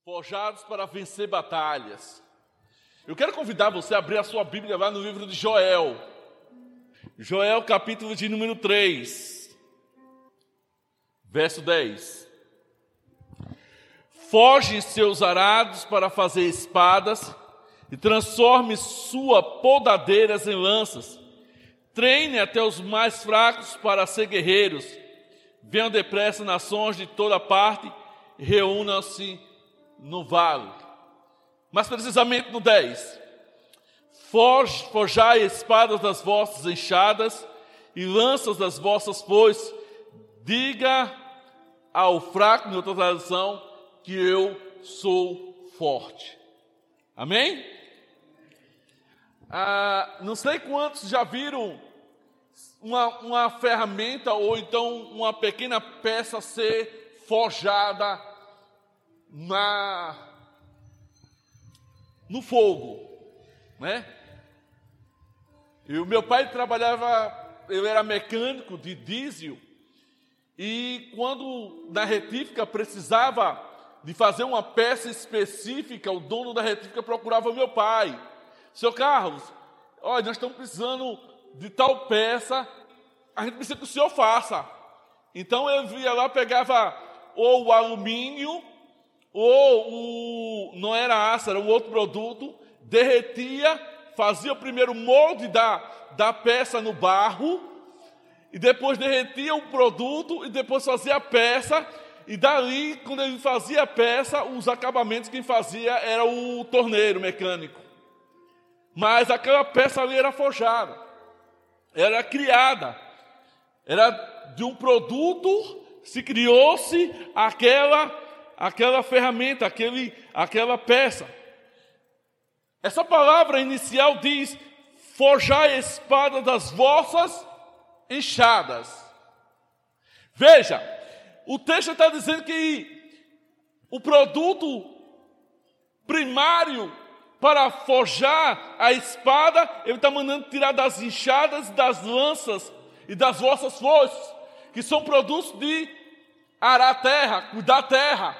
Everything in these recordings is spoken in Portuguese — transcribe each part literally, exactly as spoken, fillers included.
forjados para vencer batalhas. Eu quero convidar você a abrir a sua Bíblia lá no livro de Joel. Joel, capítulo de número três, verso dez. Forge seus arados para fazer espadas e transforme sua podadeiras em lanças. Treine até os mais fracos para ser guerreiros. Venham depressa nações de toda parte e reúnam-se no vale. Mas precisamente no dez. Forge, forjai espadas das vossas enxadas e lanças das vossas foices. Diga ao fraco, em outra tradução, que eu sou forte. Amém? Ah, não sei quantos já viram uma, uma ferramenta ou então uma pequena peça ser forjada na, no fogo, né? E o meu pai trabalhava, ele era mecânico de diesel, e quando na retífica precisava de fazer uma peça específica, o dono da retífica procurava o meu pai. Seu Carlos, olha, nós estamos precisando de tal peça, a gente precisa que o senhor faça. Então ele ia lá, pegava ou o alumínio, ou o, não era aço, era um outro produto, derretia, fazia o primeiro molde da, da peça no barro, e depois derretia o produto, e depois fazia a peça, e dali, quando ele fazia a peça, os acabamentos quem fazia era o torneiro mecânico. Mas aquela peça ali era forjada, era criada, era de um produto, se criou-se aquela, aquela ferramenta, aquele, aquela peça. Essa palavra inicial diz: forjai a espada das vossas enxadas. Veja, o texto está dizendo que o produto primário para forjar a espada, ele está mandando tirar das enxadas, das lanças e das vossas foices, que são produtos de arar a terra, cuidar da terra.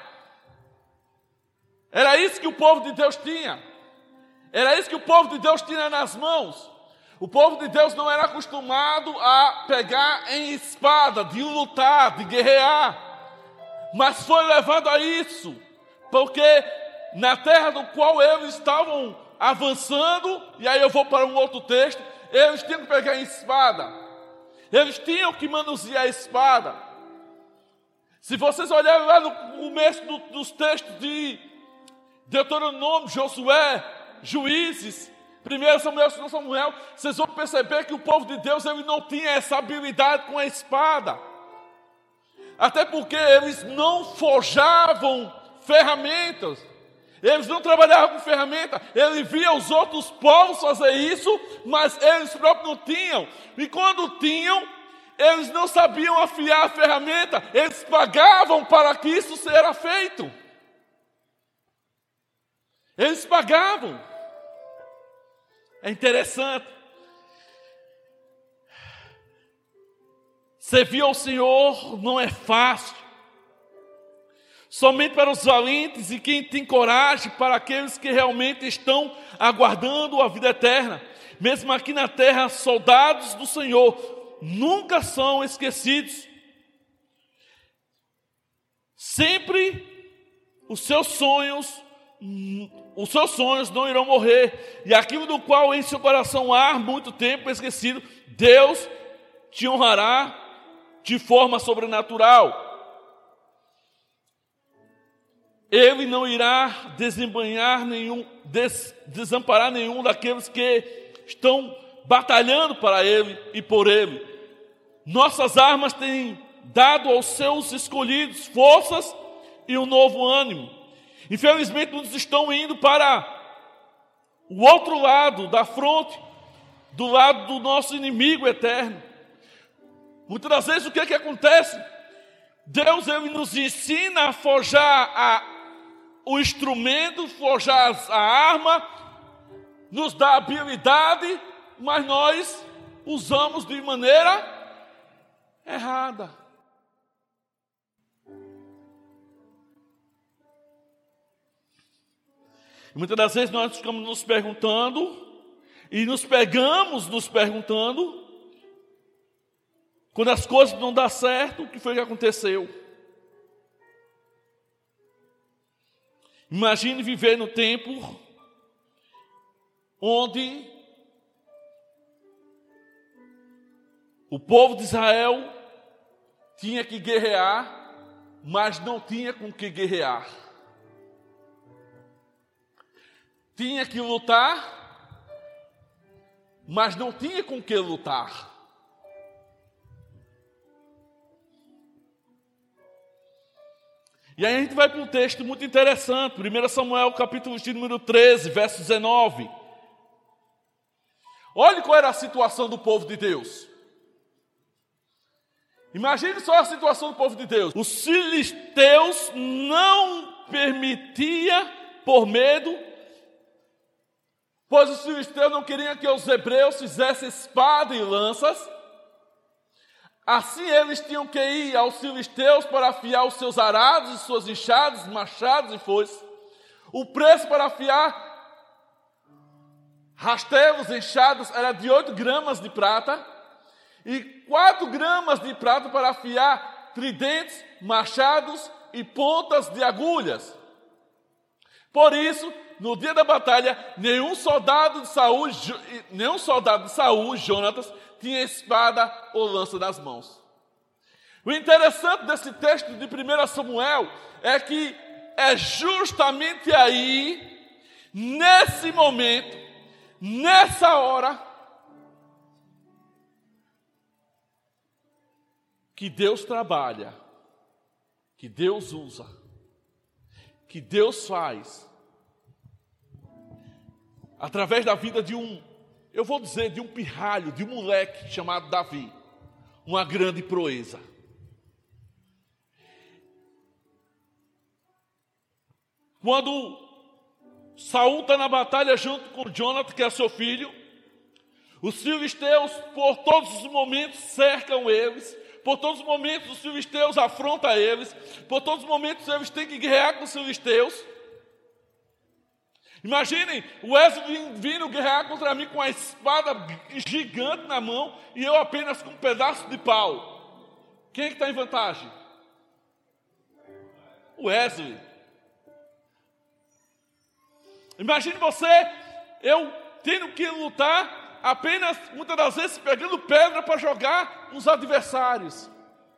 Era isso que o povo de Deus tinha. Era isso que o povo de Deus tinha nas mãos. O povo de Deus não era acostumado a pegar em espada, de lutar, de guerrear, mas foi levado a isso, porque na terra do qual eles estavam avançando, e aí eu vou para um outro texto, eles tinham que pegar em espada, eles tinham que manusear a espada. Se vocês olharem lá no começo do, dos textos de Deuteronômio, Josué, Juízes, primeiro Samuel, segundo Samuel, vocês vão perceber que o povo de Deus ele não tinha essa habilidade com a espada. Até porque eles não forjavam ferramentas. Eles não trabalhavam com ferramenta. Eles viam os outros povos fazer isso, mas eles próprios não tinham. E quando tinham, eles não sabiam afiar a ferramenta. Eles pagavam para que isso seja feito. Eles pagavam. É interessante. Servir ao Senhor não é fácil. Somente para os valentes e quem tem coragem, para aqueles que realmente estão aguardando a vida eterna. Mesmo aqui na terra, soldados do Senhor nunca são esquecidos. Sempre os seus sonhos Os seus sonhos não irão morrer, e aquilo do qual em seu coração há muito tempo esquecido, Deus te honrará de forma sobrenatural. Ele não irá desembanhar nenhum, des, desamparar nenhum daqueles que estão batalhando para Ele e por Ele. Nossas armas têm dado aos seus escolhidos forças e um novo ânimo. Infelizmente, muitos estão indo para o outro lado da fronte, do lado do nosso inimigo eterno. Muitas das vezes, o que é que acontece? Deus ele nos ensina a forjar a, o instrumento, forjar a arma, nos dá habilidade, mas nós usamos de maneira errada. Muitas das vezes nós ficamos nos perguntando, e nos pegamos nos perguntando, quando as coisas não dão certo, o que foi que aconteceu? Imagine viver no tempo onde o povo de Israel tinha que guerrear, mas não tinha com que guerrear. Tinha que lutar, mas não tinha com que lutar. E aí a gente vai para um texto muito interessante, primeiro Samuel, capítulo de número treze, verso dezenove. Olhe qual era a situação do povo de Deus. Imagine só a situação do povo de Deus. Os filisteus não permitiam, por medo, pois os filisteus não queriam que os hebreus fizessem espada e lanças. Assim eles tinham que ir aos filisteus para afiar os seus arados, e suas enxadas, machados e foices. O preço para afiar rastelos, enxadas, era de oito gramas de prata, e quatro gramas de prata para afiar tridentes, machados e pontas de agulhas. Por isso, no dia da batalha, nenhum soldado de Saul, nenhum soldado de Saul, Jonatas, tinha espada ou lança nas mãos. O interessante desse texto de primeiro Samuel é que é justamente aí, nesse momento, nessa hora, que Deus trabalha, que Deus usa, que Deus faz, através da vida de um, eu vou dizer, de um pirralho, de um moleque chamado Davi, uma grande proeza. Quando Saul está na batalha junto com Jonathan, que é seu filho, os filisteus, por todos os momentos, cercam eles. Por todos os momentos, os filisteus afrontam eles. Por todos os momentos, eles têm que guerrear com os filisteus. Imaginem o exército vindo guerrear contra mim com uma espada gigante na mão e eu apenas com um pedaço de pau. Quem é que está em vantagem? O exército. Imagine você, eu tendo que lutar apenas, muitas das vezes, pegando pedra para jogar nos adversários.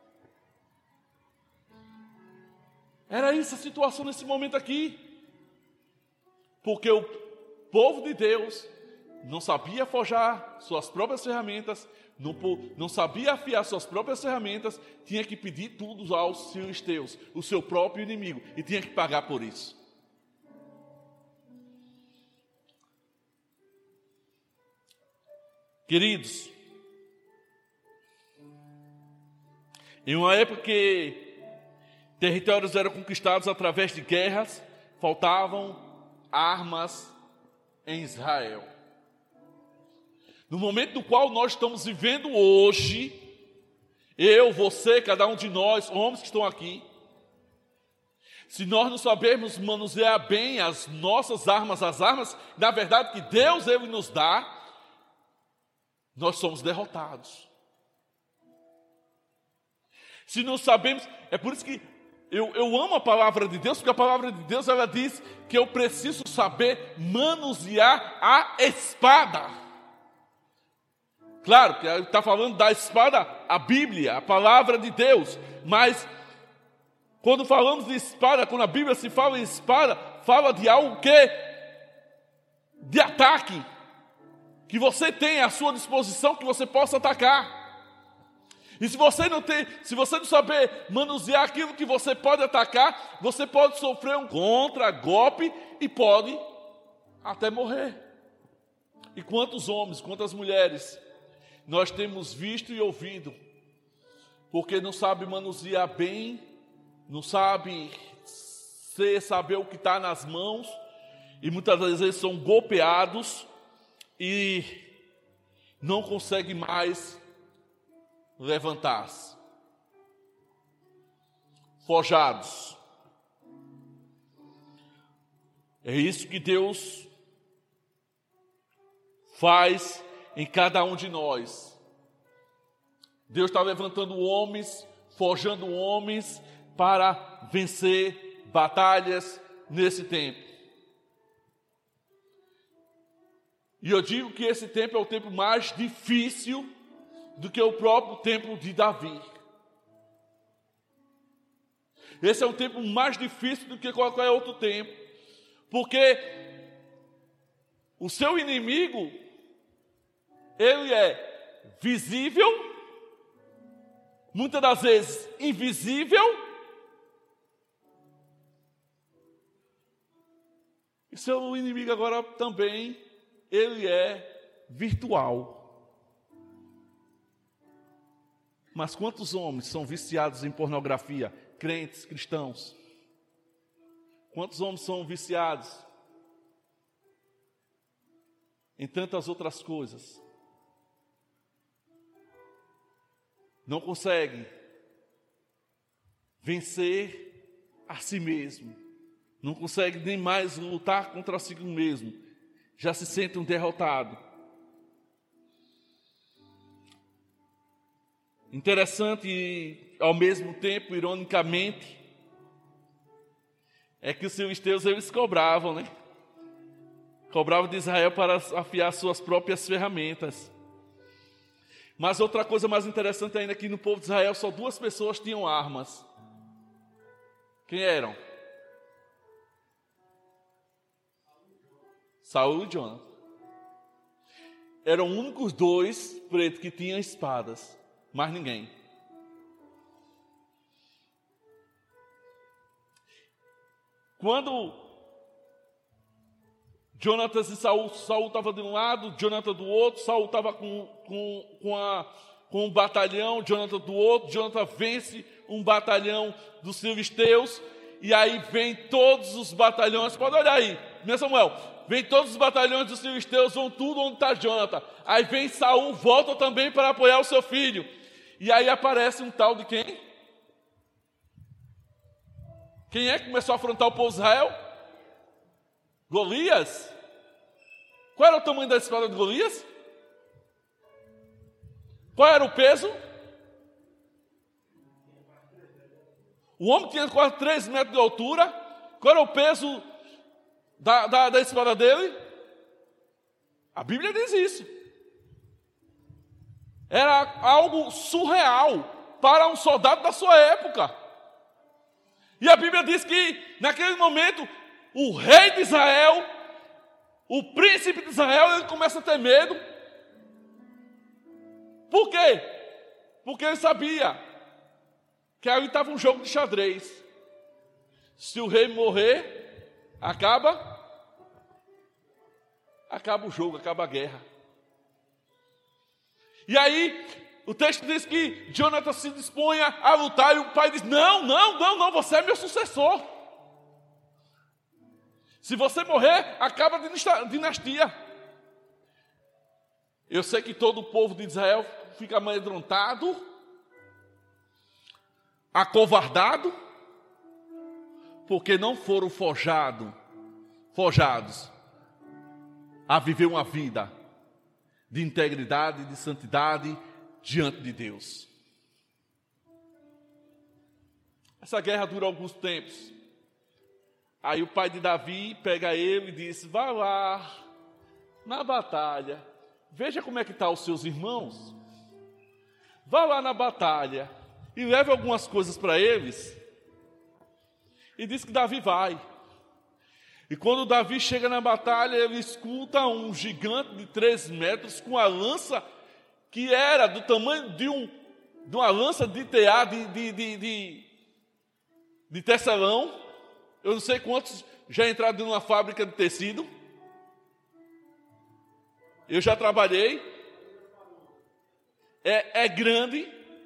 Era isso a situação nesse momento aqui. Porque o povo de Deus não sabia forjar suas próprias ferramentas, não, não sabia afiar suas próprias ferramentas, tinha que pedir tudo aos filisteus, o seu próprio inimigo, e tinha que pagar por isso. Queridos, em uma época que territórios eram conquistados através de guerras, faltavam armas em Israel. No momento no qual nós estamos vivendo hoje, eu, você, cada um de nós, homens que estão aqui, se nós não sabermos manusear bem as nossas armas, as armas, na verdade, que Deus ele nos dá, nós somos derrotados. Se não sabemos, é por isso que eu, eu amo a palavra de Deus, porque a palavra de Deus ela diz que eu preciso saber manusear a espada. Claro que está falando da espada, a Bíblia, a palavra de Deus, mas quando falamos de espada, quando a Bíblia se fala em espada, fala de algo que de ataque, que você tem à sua disposição, que você possa atacar. E se você não tem, se você não saber manusear aquilo que você pode atacar, você pode sofrer um contra-golpe e pode até morrer. E quantos homens, quantas mulheres nós temos visto e ouvido, porque não sabe manusear bem, não sabe ser, saber o que está nas mãos, e muitas vezes são golpeados e não consegue mais levantar-se. Forjados. É isso que Deus faz em cada um de nós. Deus está levantando homens, forjando homens para vencer batalhas nesse tempo. E eu digo que esse tempo é o tempo mais difícil do que o próprio tempo de Davi. Esse é um tempo mais difícil do que qualquer outro tempo, porque o seu inimigo, ele é visível, muitas das vezes invisível, e seu inimigo agora também, ele é virtual. Mas quantos homens são viciados em pornografia? Crentes, cristãos. Quantos homens são viciados em tantas outras coisas? Não conseguem vencer a si mesmo. Não conseguem nem mais lutar contra si mesmo. Já se sentem derrotados. Interessante e, ao mesmo tempo, ironicamente, é que os filisteus, eles cobravam, né? Cobravam de Israel para afiar suas próprias ferramentas. Mas outra coisa mais interessante ainda é que no povo de Israel só duas pessoas tinham armas. Quem eram? Saul e Jonathan. Eram os únicos dois pretos que tinham espadas. Mais ninguém. Quando Jonatas e Saul, Saul estava de um lado, Jonathan do outro, Saul estava com, com, com, a, com um batalhão, Jonathan do outro, Jonathan vence um batalhão dos filisteus, e aí vem todos os batalhões, pode olhar aí, meu Samuel, vem todos os batalhões dos filisteus, vão tudo onde está Jonathan, aí vem Saul, volta também para apoiar o seu filho, e aí aparece um tal de quem? Quem é que começou a afrontar o povo de Israel? Golias. Qual era o tamanho da espada de Golias? Qual era o peso? O homem tinha quase três metros de altura. Qual era o peso da, da, da espada dele? A Bíblia diz isso. Era algo surreal para um soldado da sua época. E a Bíblia diz que, naquele momento, o rei de Israel, o príncipe de Israel, ele começa a ter medo. Por quê? Porque ele sabia que ali estava um jogo de xadrez. Se o rei morrer, acaba, acaba o jogo, acaba a guerra. E aí, o texto diz que Jonathan se dispunha a lutar e o pai diz, não, não, não, não, você é meu sucessor. Se você morrer, acaba a dinastia. Eu sei que todo o povo de Israel fica amedrontado, acovardado, porque não foram forjado, forjados a viver uma vida de integridade, de santidade diante de Deus. Essa guerra dura alguns tempos. Aí o pai de Davi pega ele e diz, vá lá na batalha, veja como é que estão os seus irmãos, vá lá na batalha e leve algumas coisas para eles. E diz que Davi vai. E quando Davi chega na batalha, ele escuta um gigante de três metros com a lança que era do tamanho de, um, de uma lança de tear, de, de, de, de, de tecelão. Eu não sei quantos já entraram numa fábrica de tecido. Eu já trabalhei. É, é grande.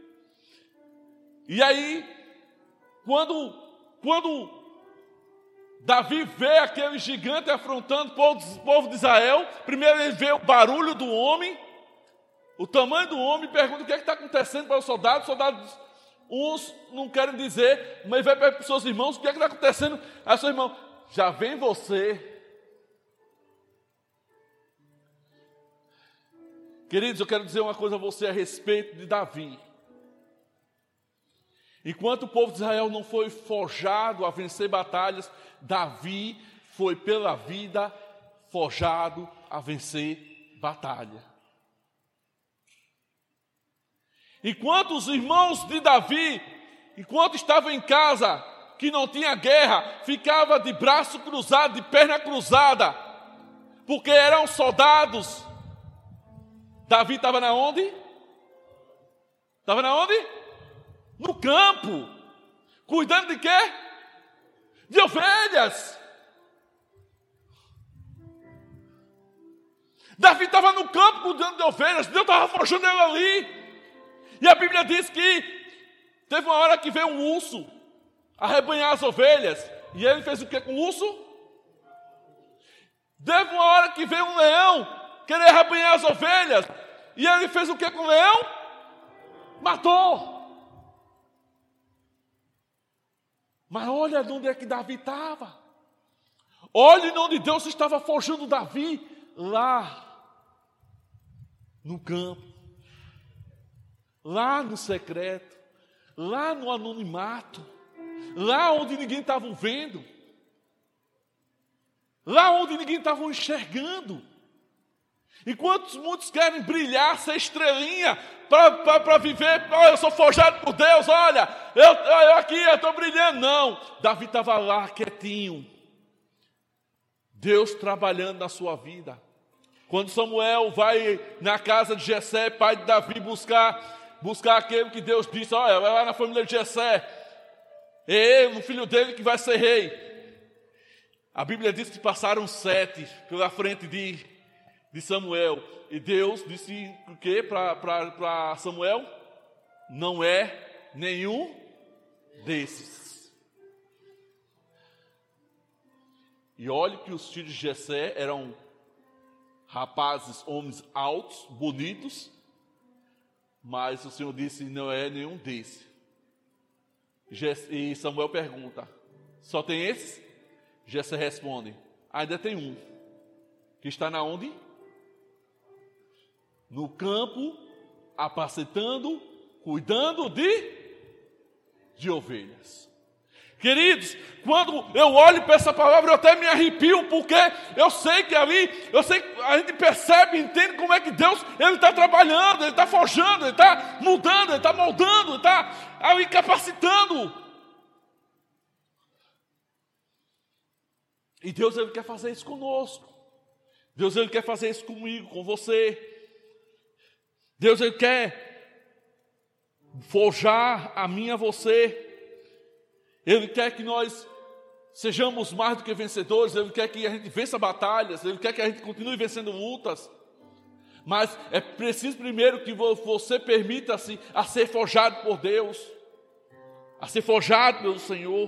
E aí, quando, quando Davi vê aquele gigante afrontando o povo, povo de Israel, primeiro ele vê o barulho do homem, o tamanho do homem, pergunta o que é que está acontecendo para os soldados. Os soldados, uns não querem dizer, mas vai para os seus irmãos, o que é que está acontecendo? Aí seu irmão, já vem você. Queridos, eu quero dizer uma coisa a você a respeito de Davi. Enquanto o povo de Israel não foi forjado a vencer batalhas, Davi foi pela vida forjado a vencer batalha. Enquanto os irmãos de Davi, enquanto estavam em casa, que não tinha guerra, ficava de braço cruzado, de perna cruzada, porque eram soldados. Davi estava na onde? Estava na onde? No campo. Cuidando de quê? De ovelhas. Davi estava no campo cuidando de ovelhas. Deus estava forjando ele ali. E a Bíblia diz que teve uma hora que veio um urso arrebanhar as ovelhas. E ele fez o que com o urso? Teve uma hora que veio um leão querer arrebanhar as ovelhas. E ele fez o que com o leão? Matou. Mas olha de onde é que Davi estava. Olha de onde Deus estava forjando Davi. Lá no campo. Lá no secreto. Lá no anonimato. Lá onde ninguém estava vendo. Lá onde ninguém estava enxergando. Enquanto muitos querem brilhar, ser estrelinha, para viver, oh, eu sou forjado por Deus, olha, eu, eu aqui, eu estou brilhando. Não, Davi estava lá, quietinho. Deus trabalhando na sua vida. Quando Samuel vai na casa de Jessé, pai de Davi, buscar, buscar aquele que Deus disse, olha, vai lá na família de Jessé. É ele, o filho dele que vai ser rei. A Bíblia diz que passaram sete pela frente de... de Samuel, e Deus disse o que para Samuel? Não é nenhum desses. E olhe que os filhos de Jessé eram rapazes, homens altos, bonitos, mas o Senhor disse, não é nenhum desses. E Samuel pergunta, só tem esses? Jessé responde, ainda tem um, que está na onde? No campo, apacentando, cuidando de, de ovelhas. Queridos, quando eu olho para essa palavra, eu até me arrepio, porque eu sei que ali, eu sei que a gente percebe, entende como é que Deus, Ele está trabalhando, Ele está forjando, Ele está mudando, Ele está moldando, Ele está ali capacitando. E Deus, Ele quer fazer isso conosco. Deus, Ele quer fazer isso comigo, com você. Deus, Ele quer forjar a mim e a você. Ele quer que nós sejamos mais do que vencedores. Ele quer que a gente vença batalhas. Ele quer que a gente continue vencendo lutas. Mas é preciso primeiro que você permita-se a ser forjado por Deus. A ser forjado pelo Senhor.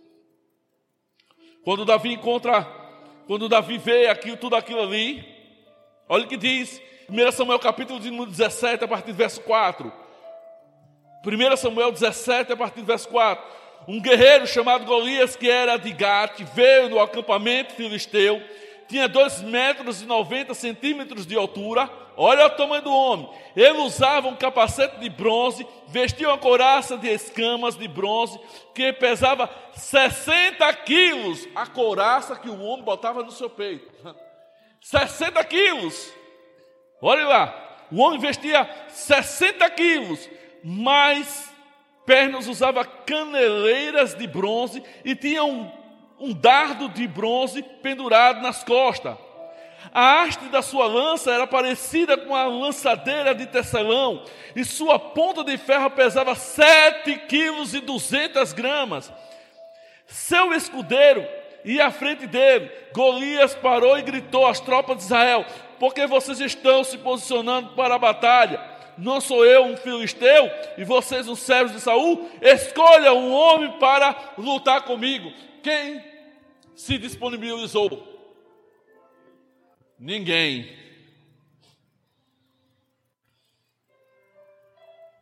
Quando Davi encontra, quando Davi vê aquilo, tudo aquilo ali, olha o que diz primeiro Samuel capítulo dezessete, a partir do verso quatro. primeiro Samuel dezessete, a partir do verso quatro. Um guerreiro chamado Golias, que era de Gate, veio no acampamento filisteu, tinha dois metros e noventa centímetros de altura. Olha o tamanho do homem. Ele usava um capacete de bronze, vestia uma couraça de escamas de bronze, que pesava sessenta quilos, a couraça que o homem botava no seu peito. sessenta quilos. Olha lá, o homem vestia sessenta quilos, mas pernas usava caneleiras de bronze e tinha um, um dardo de bronze pendurado nas costas. A haste da sua lança era parecida com a lançadeira de tecelão, e sua ponta de ferro pesava sete quilos e duzentas gramas. Seu escudeiro ia à frente dele. Golias parou e gritou às tropas de Israel: porque vocês estão se posicionando para a batalha? Não sou eu um filisteu e vocês os servos de Saul? Escolha um homem para lutar comigo. Quem se disponibilizou? Ninguém.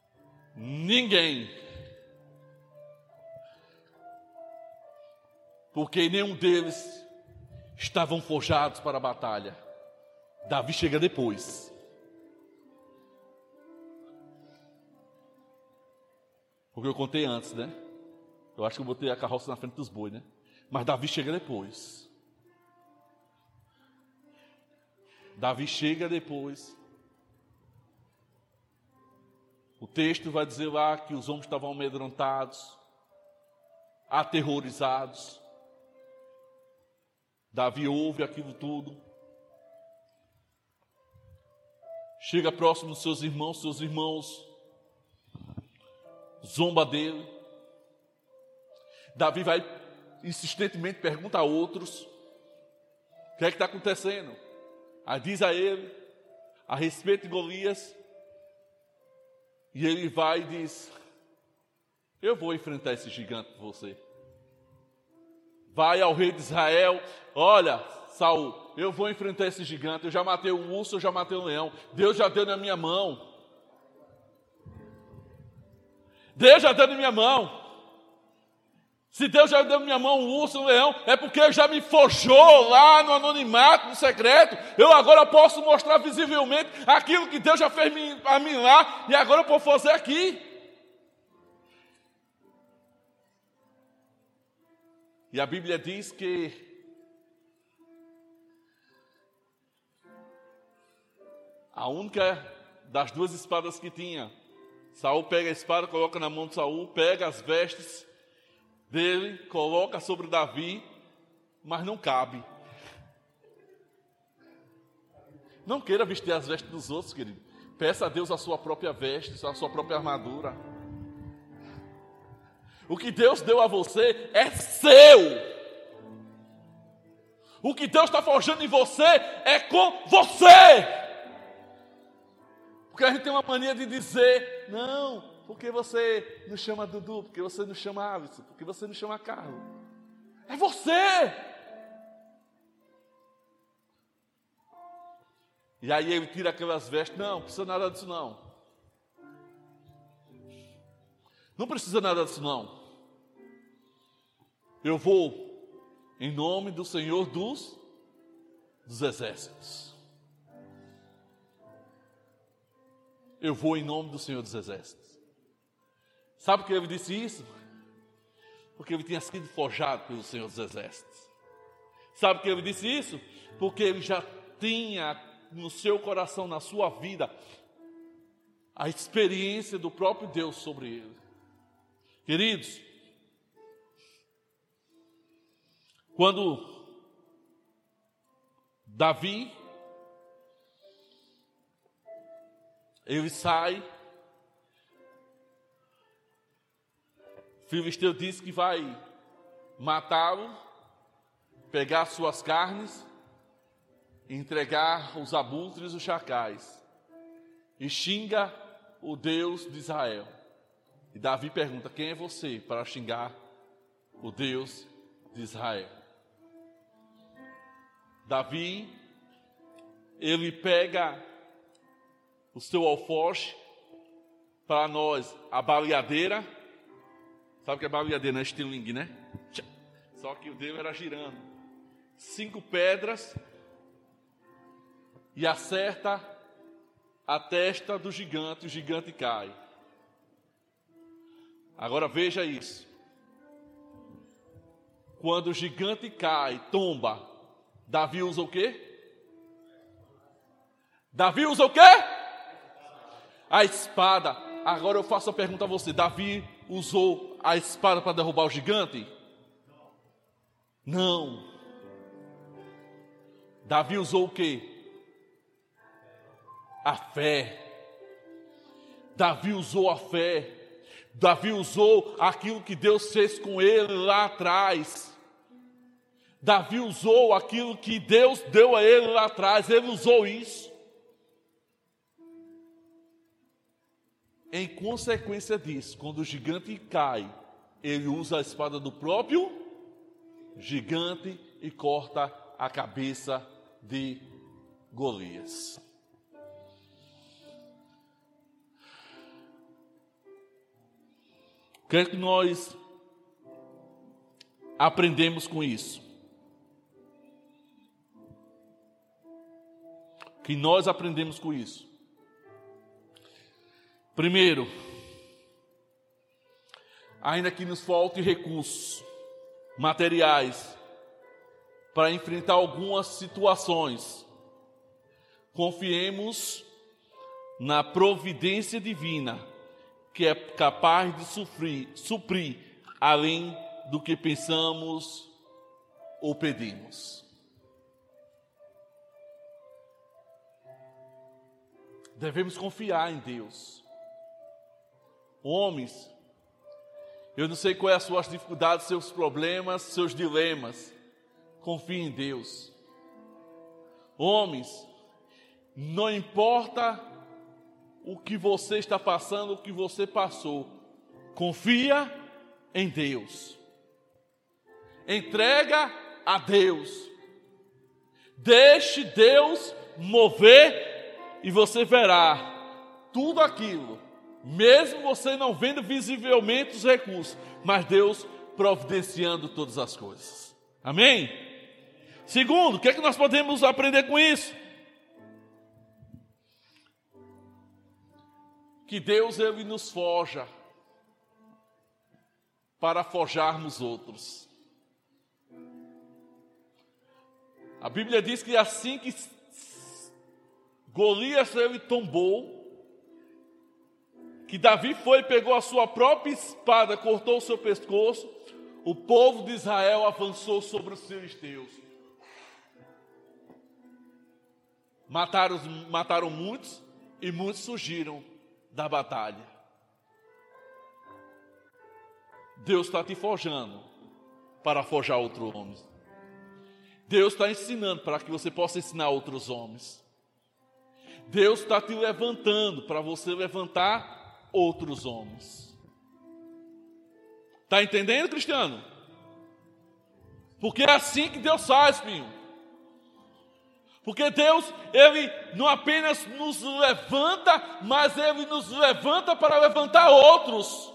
Ninguém. porque nenhum deles estavam forjados para a batalha. Davi chega depois. Porque eu contei antes, né? Eu acho que eu botei a carroça na frente dos bois, né? Mas Davi chega depois. Davi chega depois. O texto vai dizer lá que os homens estavam amedrontados, aterrorizados. Davi ouve aquilo tudo. Chega próximo dos seus irmãos, seus irmãos zomba dele. Davi vai insistentemente pergunta a outros: o que é que está acontecendo? Aí diz a ele a respeito de Golias. E ele vai e diz: eu vou enfrentar esse gigante por você. Vai ao rei de Israel: olha, Saul, eu vou enfrentar esse gigante. Eu já matei um urso, eu já matei um leão. Deus já deu na minha mão. Deus já deu na minha mão. Se Deus já deu na minha mão um urso, um leão, é porque Ele já me forjou lá no anonimato, no secreto. Eu agora posso mostrar visivelmente aquilo que Deus já fez a mim lá, e agora eu posso fazer aqui. E a Bíblia diz que a única das duas espadas que tinha, Saul pega a espada, coloca na mão de Saul, pega as vestes dele, coloca sobre Davi, mas não cabe. Não queira vestir as vestes dos outros, querido. Peça a Deus a sua própria veste, a sua própria armadura. O que Deus deu a você é seu. O que Deus está forjando em você é com você. Porque a gente tem uma mania de dizer: não, porque você nos chama Dudu, porque você nos chama Alisson, porque você nos chama Carlos. É você! E aí ele tira aquelas vestes. Não, não precisa nada disso não. Não precisa nada disso não. Eu vou em nome do Senhor dos, dos Exércitos. Eu vou em nome do Senhor dos Exércitos. Sabe por que ele disse isso? Porque ele tinha sido forjado pelo Senhor dos Exércitos. Sabe por que ele disse isso? Porque ele já tinha no seu coração, na sua vida, a experiência do próprio Deus sobre ele. Queridos, quando Davi, ele sai, o filisteu disse que vai matá-lo, pegar suas carnes, entregar os abutres e os chacais, e xinga o Deus de Israel. E Davi pergunta: quem é você para xingar o Deus de Israel? Davi, ele pega o seu alforje, para nós a baleadeira. Sabe que é baleadeira, né? Estilingue, né? Só que o dele era girando. Cinco pedras e acerta a testa do gigante, o gigante cai. Agora veja isso. Quando o gigante cai, tomba, Davi usa o quê? Davi usa o quê? A espada. Agora eu faço a pergunta a você: Davi usou a espada para derrubar o gigante? Não. Davi usou o quê? A fé. Davi usou a fé. Davi usou aquilo que Deus fez com ele lá atrás. Davi usou aquilo que Deus deu a ele lá atrás. Ele usou isso. Em consequência disso, quando o gigante cai, ele usa a espada do próprio gigante e corta a cabeça de Golias. O que é que nós aprendemos com isso? O que nós aprendemos com isso? Primeiro, ainda que nos falte recursos materiais para enfrentar algumas situações, confiemos na providência divina, que é capaz de suprir, suprir além do que pensamos ou pedimos. Devemos confiar em Deus. Homens, eu não sei quais são as suas dificuldades, seus problemas, seus dilemas. Confie em Deus. Homens, não importa o que você está passando, o que você passou, confia em Deus. Entrega a Deus. Deixe Deus mover e você verá tudo aquilo, mesmo você não vendo visivelmente os recursos, mas Deus providenciando todas as coisas. Amém? Segundo, o que é que nós podemos aprender com isso? Que Deus, Ele nos forja para forjarmos outros. A Bíblia diz que assim que Golias ele tombou, que Davi foi e pegou a sua própria espada, cortou o seu pescoço, o povo de Israel avançou sobre os filisteus. Mataram, mataram muitos e muitos surgiram da batalha. Deus está te forjando para forjar outro homem. Deus está ensinando para que você possa ensinar outros homens. Deus está te levantando para você levantar outros homens. Está entendendo, cristiano? Porque é assim que Deus faz, filho. Porque Deus, Ele não apenas nos levanta, mas Ele nos levanta para levantar outros.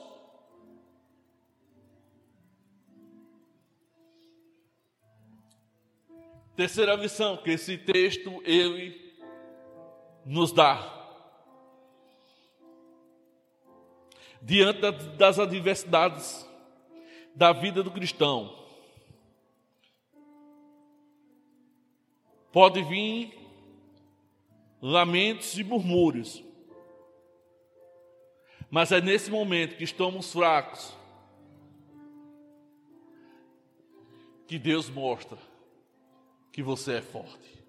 Terceira lição que esse texto, ele nos dá. Diante das adversidades da vida do cristão, pode vir lamentos e murmúrios, mas é nesse momento que estamos fracos que Deus mostra que você é forte.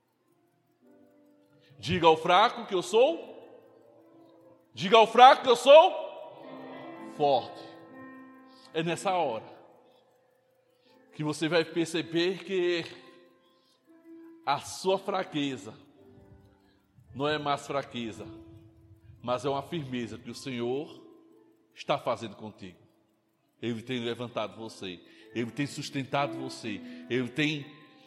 Diga ao fraco que eu sou, diga ao fraco que eu sou forte. É nessa hora que você vai perceber que a sua fraqueza não é mais fraqueza, mas é uma firmeza que o Senhor está fazendo contigo. Ele tem levantado você, Ele tem sustentado você, Ele tem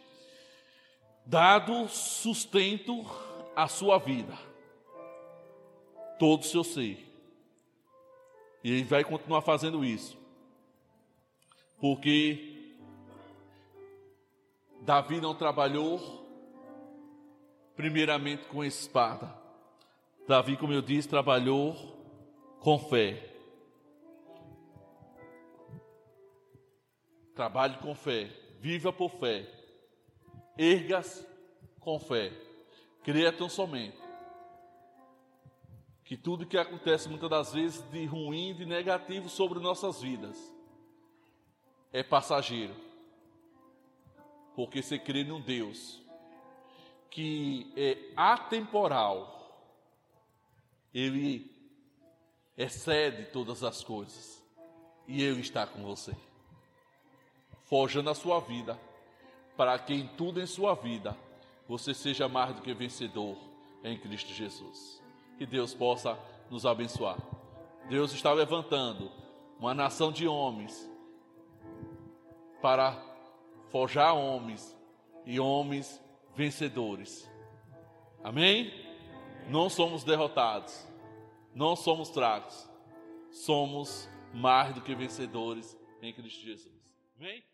dado sustento à sua vida, todo o seu ser. E Ele vai continuar fazendo isso, porque Davi não trabalhou primeiramente com espada. Davi, como eu disse, trabalhou com fé. Trabalhe com fé, viva por fé, erga-se com fé, creia tão somente que tudo que acontece muitas das vezes de ruim, de negativo sobre nossas vidas é passageiro, porque você crê num Deus que é atemporal, Ele excede todas as coisas e Ele está com você, forjando a sua vida, para que em tudo em sua vida você seja mais do que vencedor em Cristo Jesus. Que Deus possa nos abençoar. Deus está levantando uma nação de homens para forjar homens e homens vencedores. Amém? Não somos derrotados, não somos fracos, somos mais do que vencedores em Cristo Jesus. Amém?